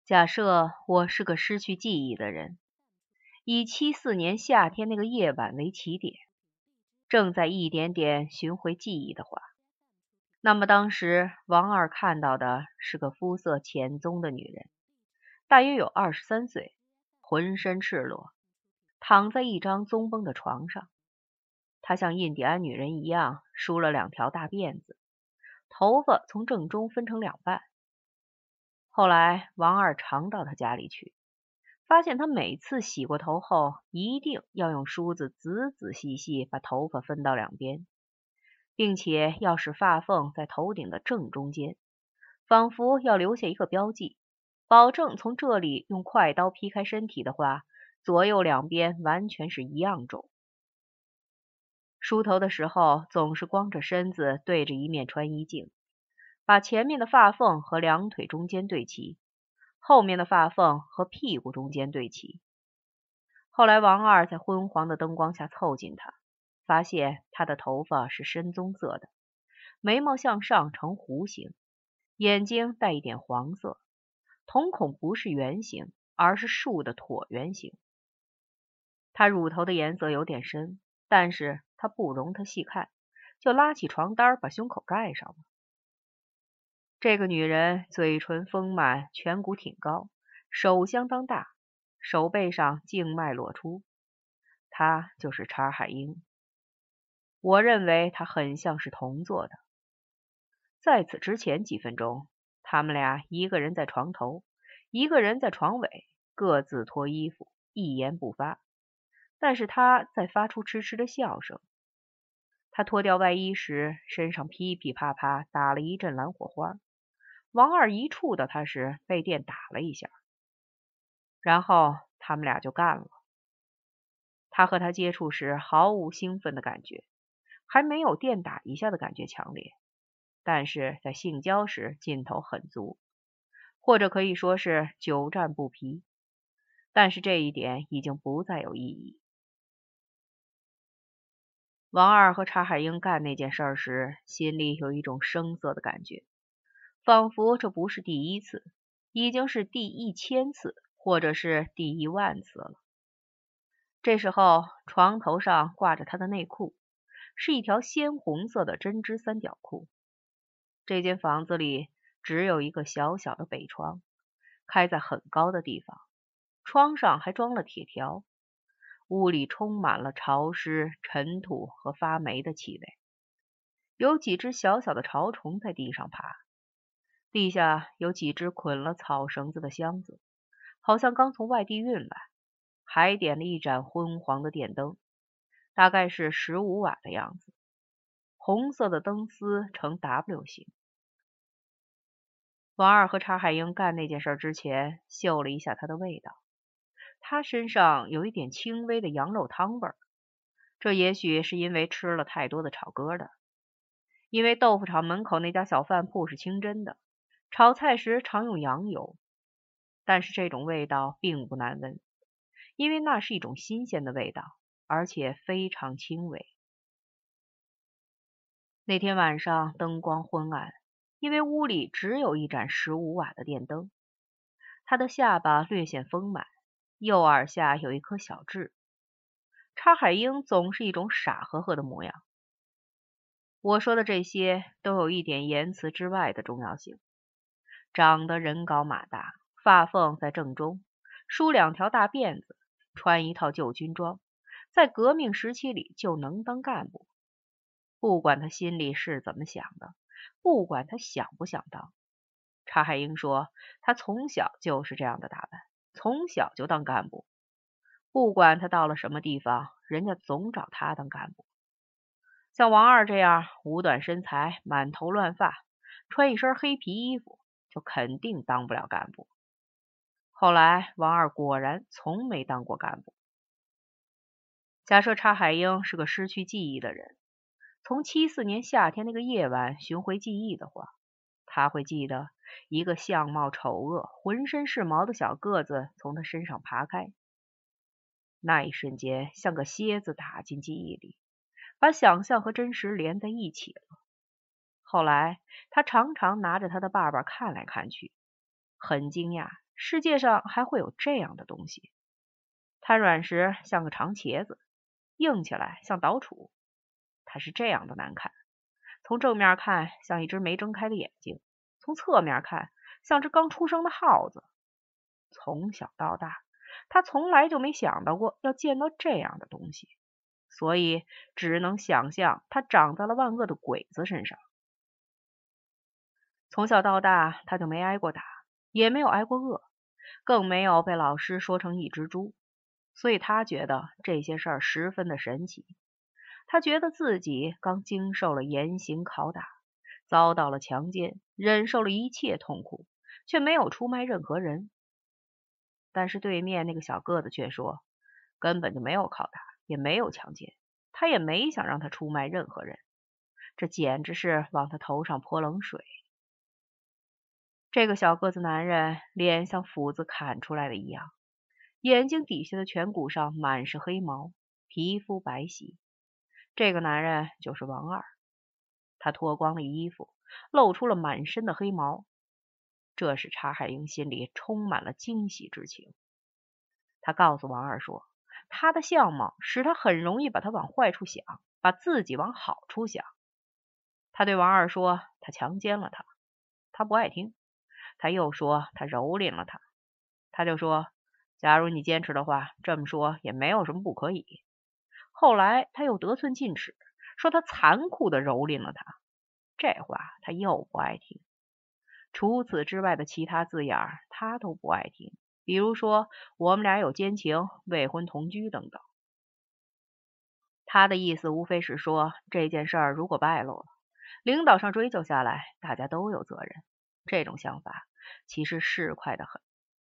假设我是个失去记忆的人，以74年夏天那个夜晚为起点，正在一点点寻回记忆的话，那么当时王二看到的是个肤色浅棕的女人，大约有23岁，浑身赤裸，躺在一张棕绷的床上。她像印第安女人一样梳了2条大辫子，头发从正中分成2半。后来王二常到她家里去，发现她每次洗过头后，一定要用梳子仔仔细细把头发分到2边，并且要使发缝在头顶的正中间，仿佛要留下一个标记，保证从这里用快刀劈开身体的话，左右2边完全是一样重。梳头的时候总是光着身子对着一面穿衣镜，把前面的发缝和2腿中间对齐，后面的发缝和屁股中间对齐。后来王二在昏黄的灯光下凑近她，发现她的头发是深棕色的，眉毛向上呈弧形，眼睛带一点黄色，瞳孔不是圆形，而是竖的椭圆形。她乳头的颜色有点深，但是他不容他细看，就拉起床单把胸口盖上了。这个女人嘴唇丰满，颧骨挺高，手相当大，手背上静脉裸出。她就是查海英。我认为她很像是同座的。在此之前几分钟，他们俩一个人在床头，一个人在床尾，各自脱衣服，一言不发。但是她在发出痴痴的笑声。他脱掉外衣时，身上噼噼啪啪打了一阵蓝火花。王二一触到他时，被电打了一下，然后他们俩就干了。他和他接触时毫无兴奋的感觉，还没有电打一下的感觉强烈，但是在性交时劲头很足，或者可以说是久战不疲。但是这一点已经不再有意义。王二和查海英干那件事时，心里有一种生涩的感觉，仿佛这不是第1次，已经是第1000次，或者是第10000次了。这时候，床头上挂着他的内裤，是一条鲜红色的针织3角裤。这间房子里只有一个小小的北窗，开在很高的地方，窗上还装了铁条。屋里充满了潮湿、尘土和发霉的气味，有几只小小的潮虫在地上爬，地下有几只捆了草绳子的箱子，好像刚从外地运来，还点了一盏昏黄的电灯，大概是15瓦的样子，红色的灯丝呈 W 形。王二和查海英干那件事之前，嗅了一下它的味道。他身上有一点轻微的羊肉汤味儿，这也许是因为吃了太多的炒疙瘩。因为豆腐厂门口那家小饭铺是清真的，炒菜时常用羊油，但是这种味道并不难闻，因为那是一种新鲜的味道，而且非常轻微。那天晚上灯光昏暗，因为屋里只有一盏15瓦的电灯。他的下巴略显丰满，右耳下有一颗小痣。查海英总是一种傻呵呵的模样。我说的这些都有一点言辞之外的重要性。长得人高马大，发缝在正中，梳2条大辫子，穿一套旧军装，在革命时期里就能当干部。不管他心里是怎么想的，不管他想不想当。查海英说，他从小就是这样的打扮，从小就当干部。不管他到了什么地方，人家总找他当干部。像王二这样五短身材，满头乱发，穿一身黑皮衣服，就肯定当不了干部。后来王二果然从没当过干部。假设查海英是个失去记忆的人，从74年夏天那个夜晚寻回记忆的话，他会记得一个相貌丑恶、浑身是毛的小个子从他身上爬开。那一瞬间像个蝎子打进记忆里，把想象和真实连在一起了。后来他常常拿着他的爸爸看来看去，很惊讶世界上还会有这样的东西，摊软时像个长茄子，硬起来像捣杵。它是这样的难看，从正面看像一只没睁开的眼睛，从侧面看像只刚出生的耗子。从小到大，他从来就没想到过要见到这样的东西，所以只能想象它长在了万恶的鬼子身上。从小到大，他就没挨过打，也没有挨过饿，更没有被老师说成一只猪，所以他觉得这些事儿十分的神奇。他觉得自己刚经受了严刑拷打，遭到了强奸，忍受了一切痛苦，却没有出卖任何人。但是对面那个小个子却说，根本就没有拷打，也没有强奸，他也没想让他出卖任何人，这简直是往他头上泼冷水。这个小个子男人脸像斧子砍出来的一样，眼睛底下的颧骨上满是黑毛，皮肤白皙。这个男人就是王二，他脱光了衣服，露出了满身的黑毛，这使查海英心里充满了惊喜之情。他告诉王二说，他的相貌使他很容易把他往坏处想，把自己往好处想。他对王二说，他强奸了他，他不爱听。他又说他蹂躏了他，他就说，假如你坚持的话，这么说也没有什么不可以。后来他又得寸进尺，说他残酷的蹂躏了他，这话他又不爱听。除此之外的其他字眼他都不爱听，比如说我们俩有奸情、未婚同居等等。他的意思无非是说，这件事儿如果败露了，领导上追究下来，大家都有责任。这种想法其实市侩得很。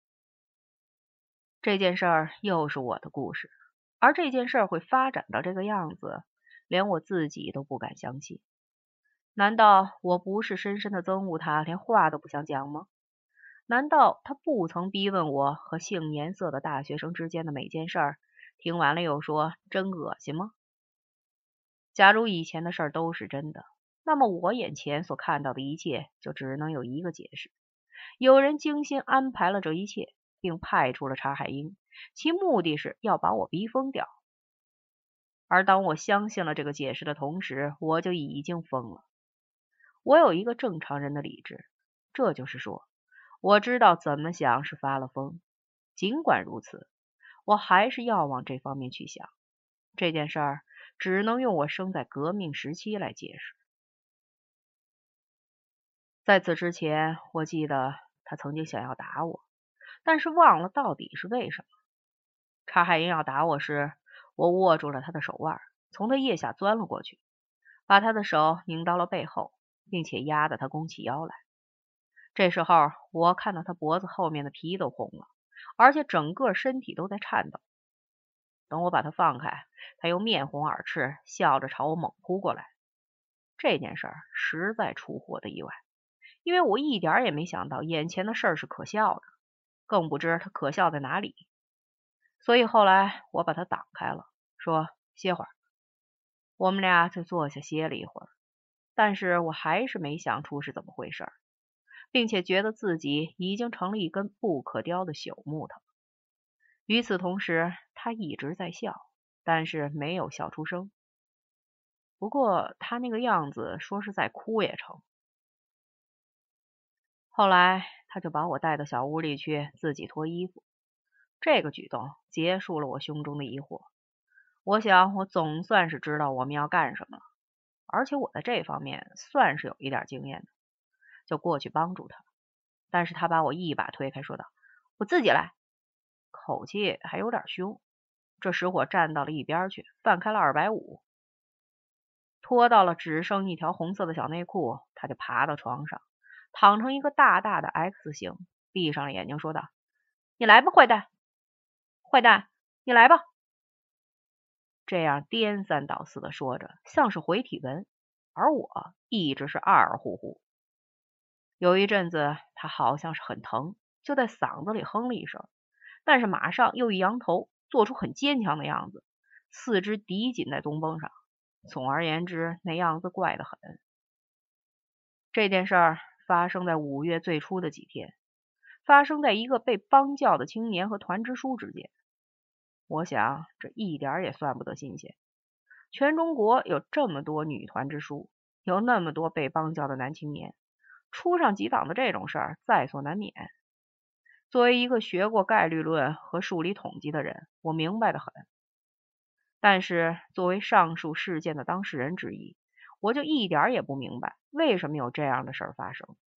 这件事儿又是我的故事，而这件事儿会发展到这个样子，连我自己都不敢相信。难道我不是深深的憎恶他，连话都不想讲吗？难道他不曾逼问我和姓颜色的大学生之间的每件事儿，听完了又说真恶心吗？假如以前的事儿都是真的，那么我眼前所看到的一切就只能有一个解释：有人精心安排了这一切，并派出了查海英，其目的是要把我逼疯掉。而当我相信了这个解释的同时，我就已经疯了。我有一个正常人的理智，这就是说，我知道怎么想是发了疯。尽管如此，我还是要往这方面去想。这件事儿只能用我生在革命时期来解释。在此之前，我记得他曾经想要打我，但是忘了到底是为什么。查海英要打我时，我握住了他的手腕，从他腋下钻了过去，把他的手拧到了背后，并且压得他弓起腰来。这时候，我看到他脖子后面的皮都红了，而且整个身体都在颤抖。等我把他放开，他又面红耳赤，笑着朝我猛扑过来。这件事儿实在出乎我的意外，因为我一点也没想到眼前的事儿是可笑的，更不知它可笑在哪里。所以后来我把他挡开了，说歇会儿。我们俩就坐下歇了一会儿，但是我还是没想出是怎么回事，并且觉得自己已经成了一根不可雕的朽木头。与此同时，他一直在笑，但是没有笑出声。不过他那个样子，说是再哭也成。后来他就把我带到小屋里去，自己脱衣服。这个举动结束了我胸中的疑惑。我想我总算是知道我们要干什么了，而且我在这方面算是有一点经验的，就过去帮助他。但是他把我一把推开，说道：“我自己来。”口气还有点凶，这使我站到了一边去，放开了250。脱到了只剩一条红色的小内裤，他就爬到床上，躺成一个大大的 X 形，闭上了眼睛，说道：“你来吧，坏蛋，坏蛋，你来吧。”这样颠三倒四的说着，像是回体文，而我一直是二乎乎。有一阵子，他好像是很疼，就在嗓子里哼了一声，但是马上又一扬头，做出很坚强的样子，四肢抵紧在东绷上。总而言之，那样子怪得很。这件事儿发生在5月最初的几天， 发生在一个被帮教的青年和团支书之间。我想这一点也算不得新鲜。全中国有这么多女团支书，有那么多被帮教的男青年，出上几档的这种事儿在所难免。作为一个学过概率论和数理统计的人，我明白得很。但是作为上述事件的当事人之一，我就一点也不明白为什么有这样的事儿发生。